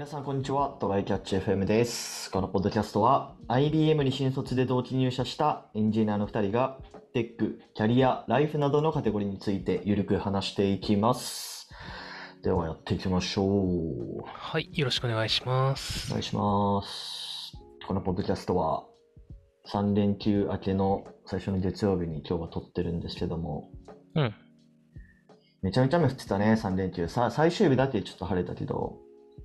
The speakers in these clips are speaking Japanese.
皆さん、こんにちは。トライキャッチ FM です。このポッドキャストは、IBM に新卒で同期入社したエンジニアの2人が、テック、キャリア、ライフなどのカテゴリーについてゆるく話していきます。では、やっていきましょう。 はい、よろしくお願いしまおす。 願いします。このポッドキャストは、3連休明けの最初の月曜日に今日は撮ってるんですけども、 うん。 めちゃめちゃ雨降ってたね、3連休。最終日だけちょっと晴れたけど。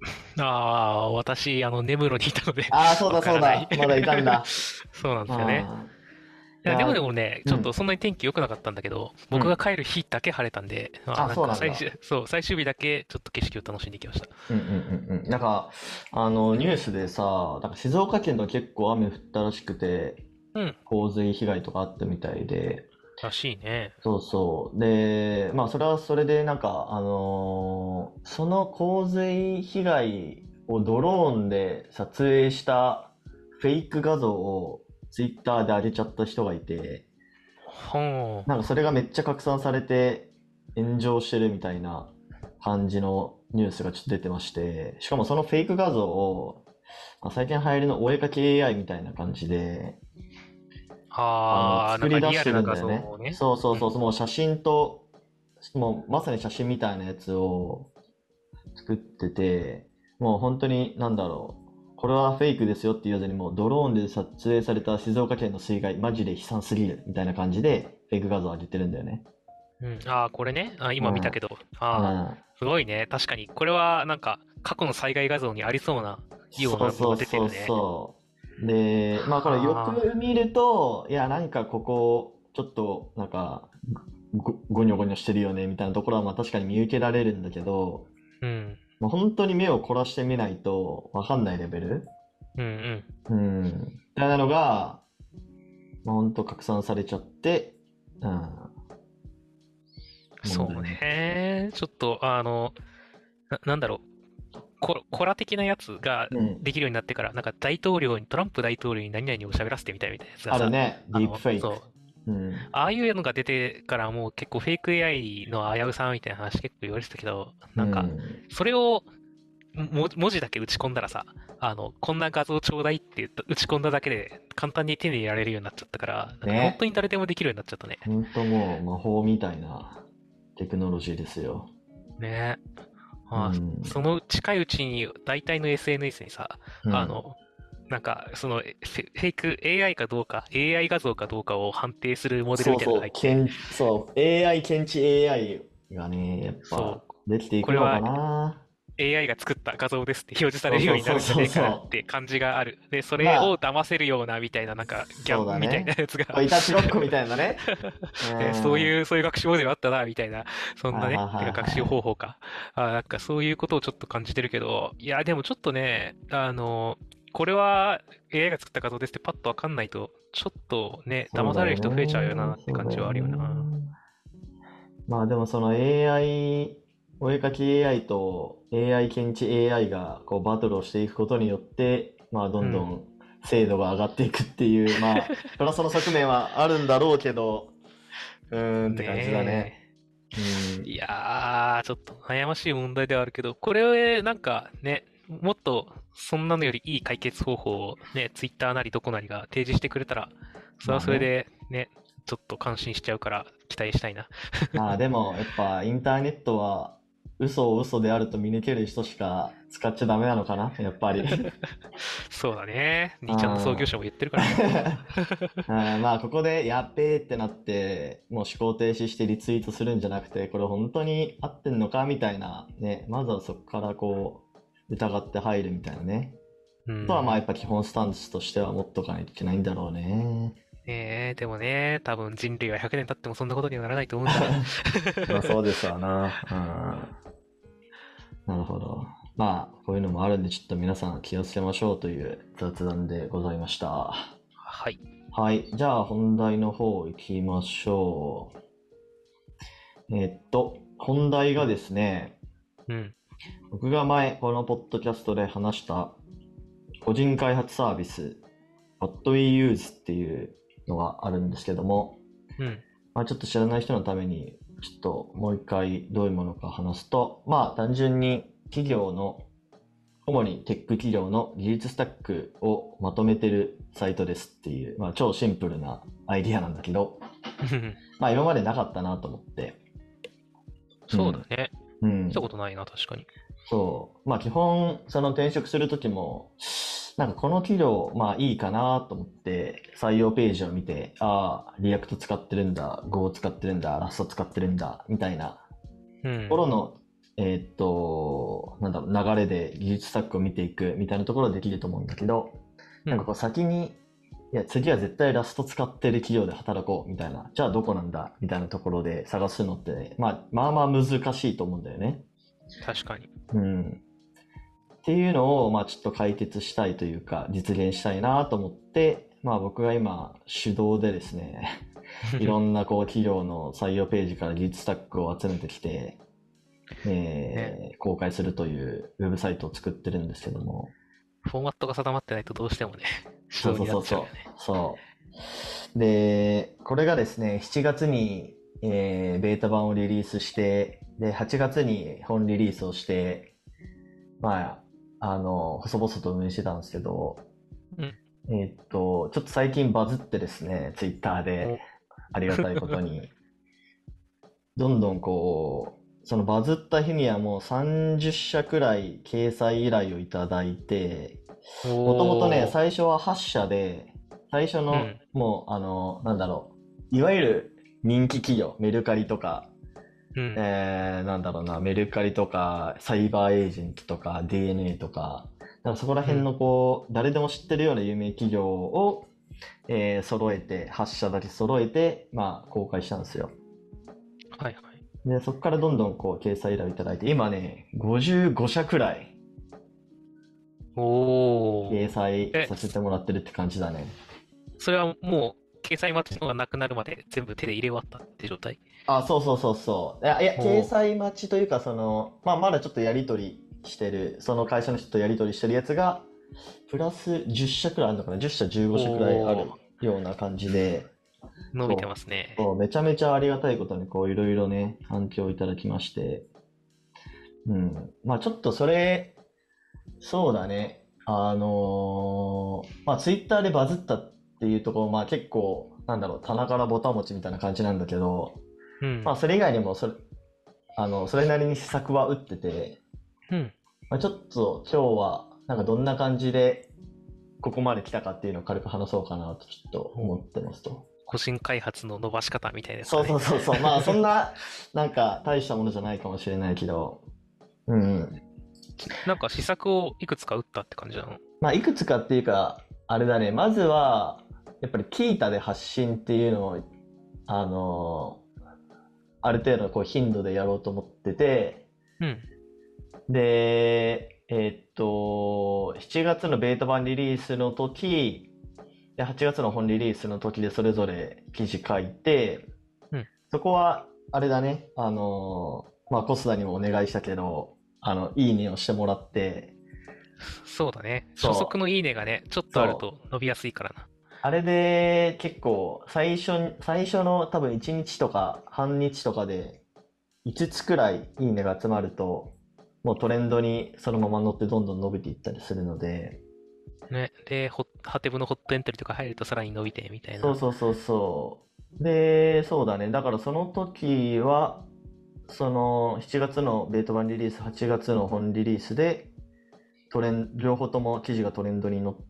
私、根室にいたのでああ、そうわだからないそうだ。まだいたんだ。 そうなんですよね。 ああ。 いや、 いや、 でもね、ちょっとうん。 そんなに天気良くなかったんだけど、 うん。 僕が帰る日だけ晴れたんで、 あ、そうなんだ。 最終日だけちょっと景色を楽しんできました。 うんうんうんうん。なんか、ニュースでさ、なんか静岡県の結構雨降ったらしくて、 うん、 洪水被害とかあったみたいで、 らしいね。 そうそう。で、まあ、それはそれで、なんか、その洪水被害をドローンで撮影したフェイク画像をツイッターで上げちゃった人がいて、 ほなんかそれがめっちゃ拡散されて炎上してるみたいな感じのニュースがちょっと出てまして、しかもそのフェイク画像を、まあ最近流行りのお絵かき AI みたいな感じで、 なん作り出してかリアルな画るんだよね。 像をね。 そうそううん。 そう、もう写真と、もうまさに写真みたいなやつを作ってて、もう本当に、なんだろう。これはフェイクですよって言わずに、もうドローンで撮影された静岡県の水害、マジで悲惨すぎるみたいな感じで、フェイク画像を上げてるんだよね。 うん。これね。今見たうん。 けど。 うん。 すごいね。確かに、これはなんか過去の災害画像にありそうなようそうなのが出てそうそうるね。 そう。で、まあこれよはあ。 く見ると、いやなんかここ、ちょっとなんかゴニョゴニョしてるよねみたいなところはまあ確かに見受けられるんだけど、 うん。 まあ、本当に目を凝らしてみないとわかんないレベル、 うんうん。 うん、みたいなのが、まあ、本当拡散されちゃって、うん、問そう題になって。 ね。ちょっと、なんだろう、コラ的なやつがうん。 できるようになってから、なんかトランプ大統領に何々を喋らせてみたいみたいなやつがさ、 あるね、ディープフェイク。 そう、 うん。 ああいうのが出てからもう結構フェイク AI の危うさみたいな話結構言われてたけど、 うなんか、 ん。 それを文字だけ打ち込んだらさ、こんな画像ちょうだいって打ち込んだだけで簡単に手に入れられるようになっちゃったから、なんか本ね。 当に誰でもできるようになっちゃったね。 本当もう魔法みたいなテクノロジーですよ。 ね。 うん。 その近いうちに大体の SNS にさ、 うん。 あの、なんか、フェイク AI かどうか、AI 画像かどうかを判定するモデルみたいなのがそうそう、 入って、 そう、AI 検知 AI がね、やっぱそう、 できていくのかこれはな。 AI が作った画像ですって表示さそうれるようになそうそうそうるんじゃねえかなっそて感じがある。で、そう。まれをあ、 騙せるようなみたいな、なんか、ギャそうンみたいなだね。 やつがこういたちごっこみたいなね。うん。はそういう学習モデルあったな、みたいな、そいんなね、 はいはいてか学習はい。 方法か。なんかそういうことをちょっと感じてるけど、いや、でもちょっとね、これは AI が作った画像ですってパッとわかんないと、ちょっとね、騙されるそうだよ人増えちゃうよなね。 って感じそうだよはあるよな。 ね。まあでもその AI、お絵かき AI と AI 検知 AI がこうバトルをしていくことによって、まあどうん。 んどん精度が上がっていくっていう、まあ、プラスの側面はあるんだろうけど、うーんって感じだね。 ねうえ。いん。 やー、ちょっと悩ましい問題ではあるけど、これ、なんかね、もっとそんなのよりいい解決方法をね、ツイッターなりどこなりが提示してくれたら、それはそれまあね。 でね、ちょっと感心しちゃうから期待したいな。 まあでも、やっぱインターネットは嘘を嘘であると見抜ける人しか使っちゃダメなのかな、やっぱり。 そうだね。 う兄ちゃんの創業ん。 者も言ってるからね。 まあここでやっべーってなってもう思考停止してリツイートするんじゃなくて、これ本当に合ってんのかみたいなね、まずはそこからこう疑って入るみたいなね。 うあとはまあやん。 っぱ基本スタンスとしては持っとかないといけないんだろうね。 ねえ、でもね、多分人類は100年経ってもそんなことにはならないと思うんだ。 まあそうですわな。うん。なるほど。まあこういうのもあるんで、ちょっと皆さん気をつけましょうという雑談でございました。 はい。 はい。じゃあ本題の方行きましょう。本題がですね、 うん。 僕が前このポッドキャストで話した個人開発サービス What We Use っていうのがあるんですけども、 うん。 まあ、ちょっと知らない人のためにちょっともう一回どういうものか話すと、まあ単純に企業の主にテック企業の技術スタックをまとめてるサイトですっていう、まあ、超シンプルなアイディアなんだけど、まあ今までなかったなと思って。 そうだね。 うん見たことないな、確かに。 そう。まあ基本、その転職するときも、なんかこの企業、まあいいかなと思って、採用ページを見て、ああ、リアクト使ってるんだ、Go 使ってるんだ、ラスト使ってるんだ、みたいなうんところの、なんだろう、流れで技術スタックを見ていくみたいなところはできると思うんだけど、なんかこう先に、いや、次は絶対ラスト使ってる企業で働こうみたいな、じゃあどこなんだみたいなところで探すのって、ね、まあ難しいと思うんだよね。 確かに。 うん。っていうのを、まあちょっと解決したいというか、実現したいなと思って、まあ僕が今手動でですね、いろんなこう企業の採用ページから技術スタックを集めてきて、公開するというウェブサイトを作ってるんですけども。 フォーマットが定まってないとどうしてもね、手動になそうそうそうそうっちゃうよね。 そう。で、これがですね、7月に、ベータ版をリリースして、で、8月に本リリースをして、まあ、細々と運営してたんですけど、 うん。 ちょっと最近バズってですね、ツイッターで、ありがたいことに、どんどんこう、そのバズった日にはもう30社くらい掲載依頼をいただいて、もともとね、 おー。 最初は8社で、最初の、 うん。 もう、なんだろう、いわゆる人気企業、メルカリとか、 うん。 なんだろうな、メルカリとか、サイバーエージェントとか、DNA とか、なんかそこら辺のこう、誰でも知ってるような有名企業を、揃えて、8社だけ揃えて、まあ、公開したんですよ。 はいはい。 で、そこからどんどんこう、掲載依頼いただいて、今ね、55社くらい掲おー。 載させてもらってるって感じだね。 それはもう、掲載待ちのがなくなるまで全部手で入れ終わったって状態？ あ、そうそうそうそう。掲おー。 載待ちというか、まあ、まだちょっとやりとりしてる、その会社の人とやりとりしてるやつが、プラス10社くらいあるのかな？ 10 社、15社くらいあるおー。 ような感じで、 伸びてまそう、 すね。 そう、めちゃめちゃありがたいことに、こう、いろいろね、反響いただきまして、うん。まあ、ちょっとそれ、そうだね。まあ、ツイッターでバズったっていうところ、まあ結構、なんだろう、棚からぼたもちみたいな感じなんだけど、 うん。 まあそれ以外にもそれなりに施策は打ってて、 うん。 まあ、ちょっと今日は、なんかどんな感じでここまで来たかっていうのを軽く話そうかなとちょっと思ってますと。 個人開発の伸ばし方みたいですそうそかね。 うそうそう。まあそんな、なんか大したものじゃないかもしれないけど、うん。 なんか施策をいくつか打ったって感じなの？ まあいくつかっていうか、あれだね、まずは、やっぱりキータで発信っていうのを、あのある程度こう頻度でやろうと思ってて、 うん。 で、7月のベータ版リリースの時、で、8月の本リリースの時でそれぞれ記事書いて、 うん。 そこは、あれだね、まあ、コスダにもお願いしたけど、いいねをしてもらって、 そうだね。初そ速のいいねがね、ちょっう、 とあるそう、 と伸びやすいからな。 あれで結構、最初の多分1日とか半日とかで5つくらいいいねが集まると、もうトレンドにそのまま乗ってどんどん伸びていったりするので、 ね。で、ハテブのホットエントリーとか入るとさらに伸びてみたいな。 そうそうそうそう。で、そうだね。だからその時は、その7月のベータ版リリース、8月の本リリースで、両方とも記事がトレンドに乗って、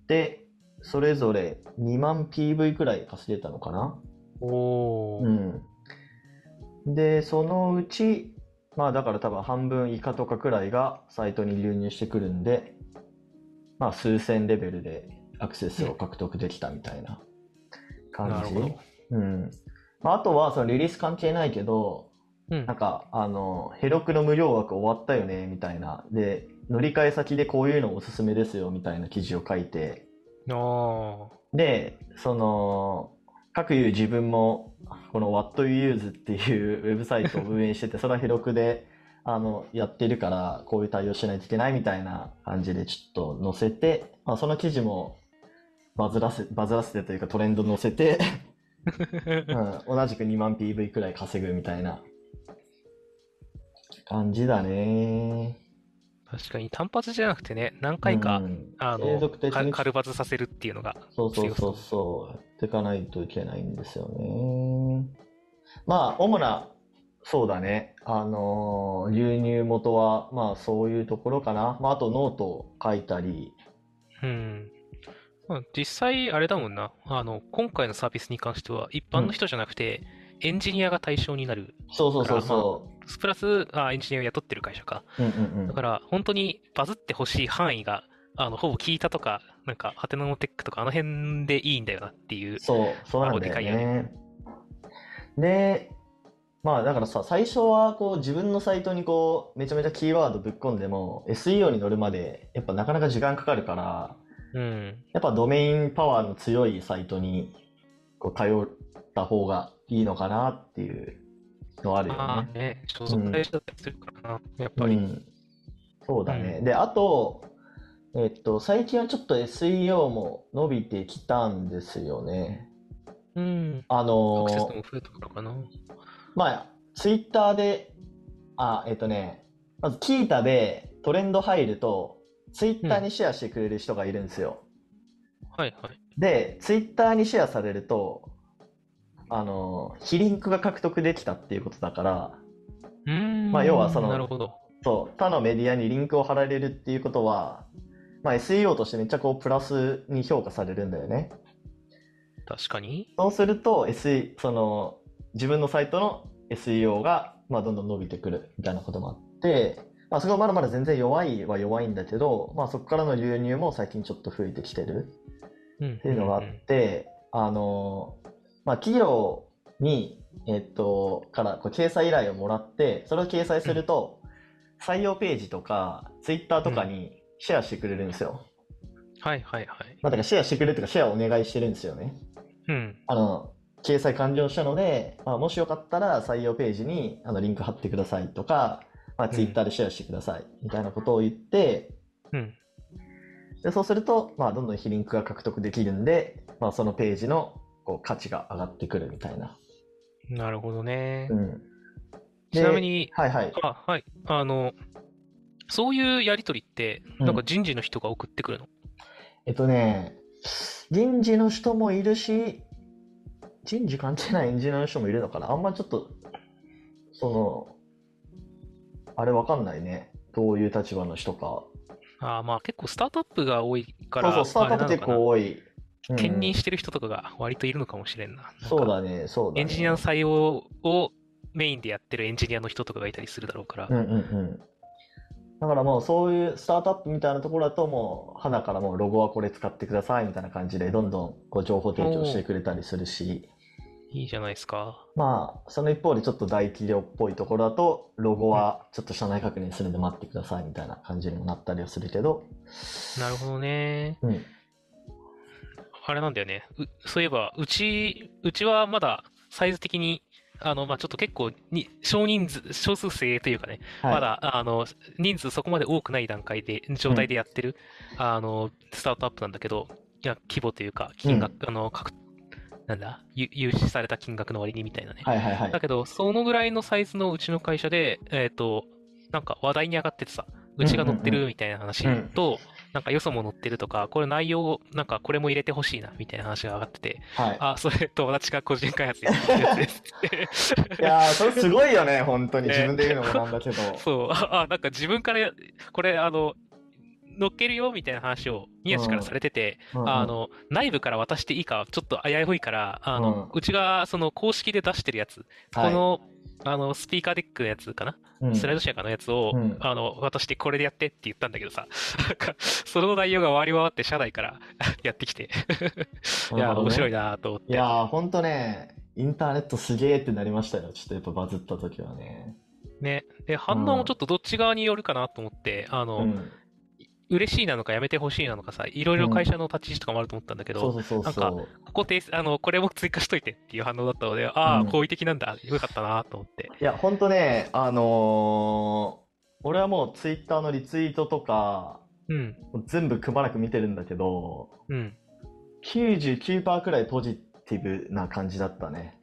それぞれ2万 PV くらい稼げたのかな。 おー。 うん。で、そのうち、まあだから多分半分以下とかくらいがサイトに流入してくるんで、まあ数千レベルでアクセスを獲得できたみたいな感じ。 なるほど。 うん。まあ、あとはそのリリース関係ないけど、 うん。 なんか、ヘロクの無料枠終わったよね、みたいな。で、乗り換え先でこういうのおすすめですよ、みたいな記事を書いて、 あー。 で、各いう自分も、この What You Use っていうウェブサイトを運営してて、それはヘロクで、やってるから、こういう対応しないといけないみたいな感じでちょっと載せて、まあ、その記事もバズらせてというかトレンド載せて、うん、同じく2万 PV くらい稼ぐみたいな感じだね。 確かに単発じゃなくてね、何う回か、 ん。継続的に、 カルバズさせるっていうのがそうそうそう強そそう、やっていかないといけないんですよね。まあ、主な、そうだね。流入元は、まあ、そういうところかな。まあ、あとノートを書いたり。 う。うん。まあ、実際、あれだもんな。今回のサービスに関しては、一うん。 般の人じゃなくて、エンジニアが対象になるそうそうそうから、まそあ、プラス、エンジニアを雇ってる会社か。 う。うんうんだから、本当にバズってほしい範囲が、ほぼ聞いたとか、なんか、ハテナのテックとか、あの辺でいいんだよなっていう、 そう、そうなんだよでかいよね。 ね。で、まあだからさ、最初はこう自分のサイトにこうめちゃめちゃキーワードぶっ込んでも SEO に乗るまでやっぱなかなか時間かかるから、 うん。 やっぱドメインパワーの強いサイトにこう頼った方がいいのかなっていうのはあるよね。 ああね、所うん。 属大事だったりするからな、やっぱり。 うん。そううん。 だね。で、あと、最近はちょっと SEO も伸びてきたんですよね。 うん。 あアクセスもの増えたからかな。 まあ、ツイッターで、まずキータでトレンド入ると、ツイッターうん。 にシェアしてくれる人がいるんですよ。 はいはい。 で、ツイッターにシェアされると、非リンクが獲得できたっていうことだから、 うーまあ、要はそん、なるの、 ほど。 そう、他のメディアにリンクを貼られるっていうことは、まあ、SEO としてめっちゃこう、プラスに評価されるんだよね。 確かに。 そうすると、自分のサイトの SEO が、まあ、どんどん伸びてくるみたいなこともあって、まあ、そこはまだまだ全然弱いは弱いんだけど、まあ、そこからの流入も最近ちょっと増えてきてるうん、 っていううん、 のがあっうん。 て、まあ、企業に、からこう掲載依頼をもらって、それを掲載うん、 すると、採用ページとか、Twitter とかうん。 にシェアしてくれるんですよ。 はいはいはい。 まあ、だからシェアしてくれるというか、シェアをお願いしてるんですよね。 うん、 あの、掲載完了したので、まあ、もしよかったら採用ページにリンク貼ってくださいとか、まあ、 うん、 Twitter でシェアしてくださいみたいなことを言って、 うん。 でそうすると、まあ、どんどん非リンクが獲得できるんで、まあ、そのページのこう価値が上がってくるみたいな。 なるほどね。 うん。 ちなみで、 に、 はいはい。 はい。そういうやりとりって、なんかうん。 人事の人が送ってくるの？ えっとね、人事の人もいるし、人事関係ないエンジニアの人もいるのかな。あんまちょっと、その、あれわかんないね。どういう立場の人か。 まあ結構スタートアップが多いかそうそう、 ら、 スタートアップ結あれなのかな。 構多い。うん。 兼任してる人とかが割といるのかもしれんな。なんか、 そうだね、そうエンジニアのだね。 採用をメインでやってるエンジニアの人とかがいたりするだろうから。 うんうんうん。だからもうそういうスタートアップみたいなところだともう、花からもうロゴはこれ使ってくださいみたいな感じでどんどんこう情報提供しておー、 くれたりするし、 いいじゃないですか。 まあ、その一方でちょっと大企業っぽいところだと、ロゴうん。 はちょっと社内確認するんで待ってくださいみたいな感じにもなったりはするけど、 なるほどね。 うん。 あれなんだよね。そういえば、うちはまだサイズ的に、まあ、ちょっと結構少人数、少数制というかね、 はい。 まだ、人数そこまで多くない状態うん。 でやってる、スタートアップなんだけど、いや、規模というか、金額、 うん。 なんだ、融資された金額の割にみたいなね。 はいはいはい。 だけど、そのぐらいのサイズのうちの会社で、なんか話題に上がっててさ、ううんうちが乗ってんるみたいなうん。うん。 話と、なんかよそも載ってるとか、これ内容、なんかこれも入れてほしいな、みたいな話が上がってて、 はい。 それ友達が個人開発やってるやつですっていやー、それすごいよね、本当に。自ね、 分で言うのもなんだけど。 そう、なんか自分からこれ、乗っけるよみたいな話を宮地からうん。うんされてて、 うん。 内部から渡していいかちょっと危ういから、 うん。 うちがその公式で出してるやつ、こはい。 の、スピーカーデックのやつかな、 うん。 スライドシェアかのやつを、 うん。 渡してこれでやってって言ったんだけどさ、なんか、その内容が回り回って社内からやってきてないや、面白いるほどね。 なと思って。 いやー、ほんとね、インターネットすげーってなりましたよ。ちょっとやっぱバズった時はね。 ね。で、 うん。 反応もちょっとどっち側によるかなと思って、 うん。 嬉しいなのかやめてほしいなのかさ、いろいろ会うん。 社の立ち位置とかもあると思ったんだけど、 そうそうそうなんか、 そここで、これも追加しといてっていう反応だったので、 う。うああ、好ん。 意的なんだ、よかったなと思って。 いや、ほんとね、俺はもうツイッターのリツイートとか、 うん、 もう全部くまなく見てるんだけど、 うん。 99%くらいポジティブな感じだったね。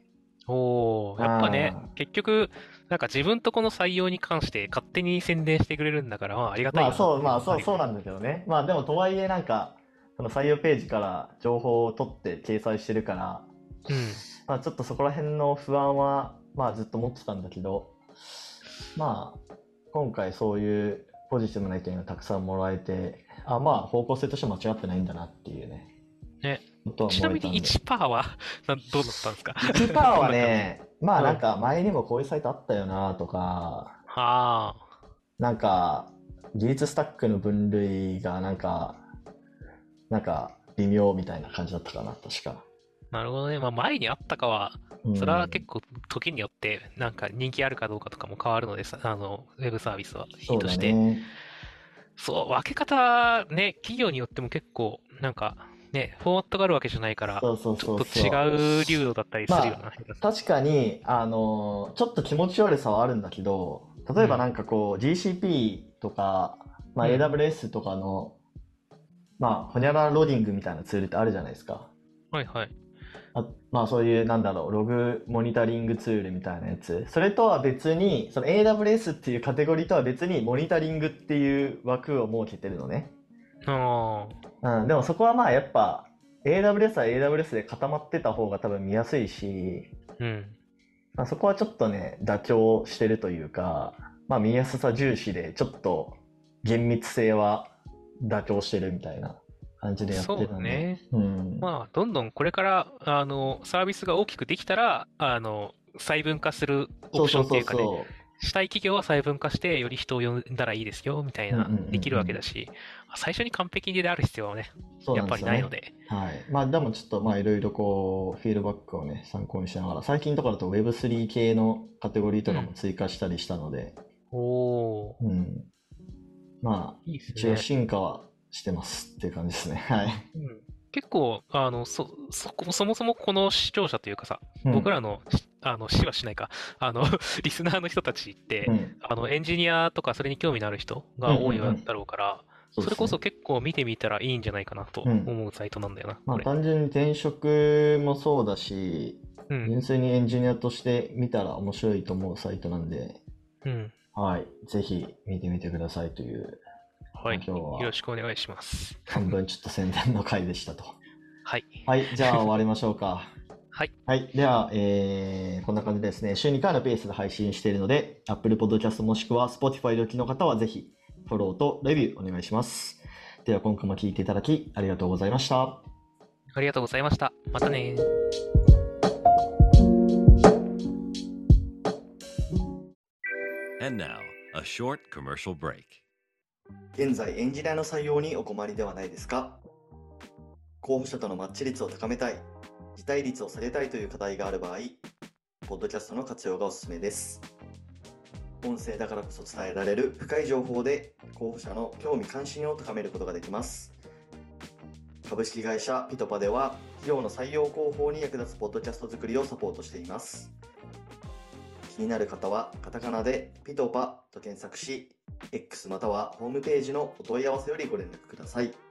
やっぱね、 あ結局、なんか自分とこの採用に関して勝手に宣伝してくれるんだから、まあありがたいよなっていうのはあるよね。 そうなんだけどね。まあでもとはいえなんか、その採用ページから情報を取って掲載してるから、 うん。 まあちょっとそこら辺の不安は、まあずっと持ってたんだけど、まあ今回そういうポジティブな意見がたくさんもらえて、まあ方向性として間違ってないんだなっていうね、 ね。 ことはちなみに思えたんで。 1%はどうだったんですか？ 1% どんはな感じ？ ね、まあうん。 なんか前にもこういうサイトあったよなとか、 ああ、 なんか技術スタックの分類がなんか微妙みたいな感じだったかな、確か。 なるほどね。まあ前にあったかは、 うそれはん、 結構時によってなんか人気あるかどうかとかも変わるのでさ、ウェブサービスはいいそうだとして、 ね。 そう、分け方ね、企業によっても結構なんかね、フォーマットがあるわけじゃないから、 そうそうそうちょっとそう。 違う流度だったりするよまあ、 な、下手する確かに、ちょっと気持ち悪さはあるんだけど、 と。うん。 例えばなんかこう GCP とか、まあ、 うん。 AWS とかの、まあ、ホニャララローディングみたいなツールってあるじゃないですか。 はいはい。 まあそういう、なんだろう、ログモニタリングツールみたいなやつ。それとは別に、その AWS っていうカテゴリーとは別に、モニタリングっていう枠を設けてるのね。 ああ、 うん、でもそこはまあやっぱ、AWS は AWS で固まってた方が多分見やすいし、 うん。 まあ、そこはちょっとね、妥協してるというか、まあ見やすさ重視で、ちょっと厳密性は妥協してるみたいな感じでやってそうるので、 だね。 うん。 まあ、どんどんこれから、サービスが大きくできたら、細分化するオプショそうそうそうンっていうかね、 そしたい企業は細分化して、より人を呼んだらいいですよ、みたいう。うんうんうんうな、できるわけだん。 し、最初に完璧である必要はね、 そうなんでやっぱりすよね。 ないので。 はい。まあでもちょっとまあいろいろこう、フィードバックをね、参考にしながら、最近とかだと Web3 系のカテゴリーとかもうん。 追加したりしたので、 おー、 うん。まあ、 いいです一応ね。 進化はしてますっていう感じですね。はい。 うん。結構、そもそもこの視聴者というかさ、 うん。 僕らの、死はしないか、リスナーの人たちって、 うん。 エンジニアとかそれに興味のある人うんうが多いだんうん。 ろうから、それこそそうですね。 結構見てみたらいいんじゃないかなとうん。 思うサイトなんだよな、 まあこれ。 単純に転職もそうだし、 うん、 純粋にエンジニアとして見たら面白いと思うサイトなんで、 うん。 はい。ぜひ見てみてくださいという、まあ、 はい。よろ今日はしくお願いします。 半分ちょっと宣伝の回でしたと。 はい。 はい。じゃあ終わりましょうか。 はい。 はい。では、こんな感じでですね、週2回のペースで配信しているので、Apple Podcast もしくは Spotify でお聞きの方はぜひ、フォローとレビューお願いします。では、今回も聞いていただきありがとうございました。 ありがとうございました。またね。 And now, a short commercial break. 現在、エンジニアの採用にお困りではないですか？候補者とのマッチ率を高めたい、辞退率を下げたいという課題がある場合、ポッドキャストの活用がおすすめです。音声だからこそ伝えられる深い情報で候補者の興味関心を高めることができます。株式会社ピトパでは企業の採用広報に役立つポッドキャスト作りをサポートしています。気になる方はカタカナでピトパと検索し、X またはホームページのお問い合わせよりご連絡ください。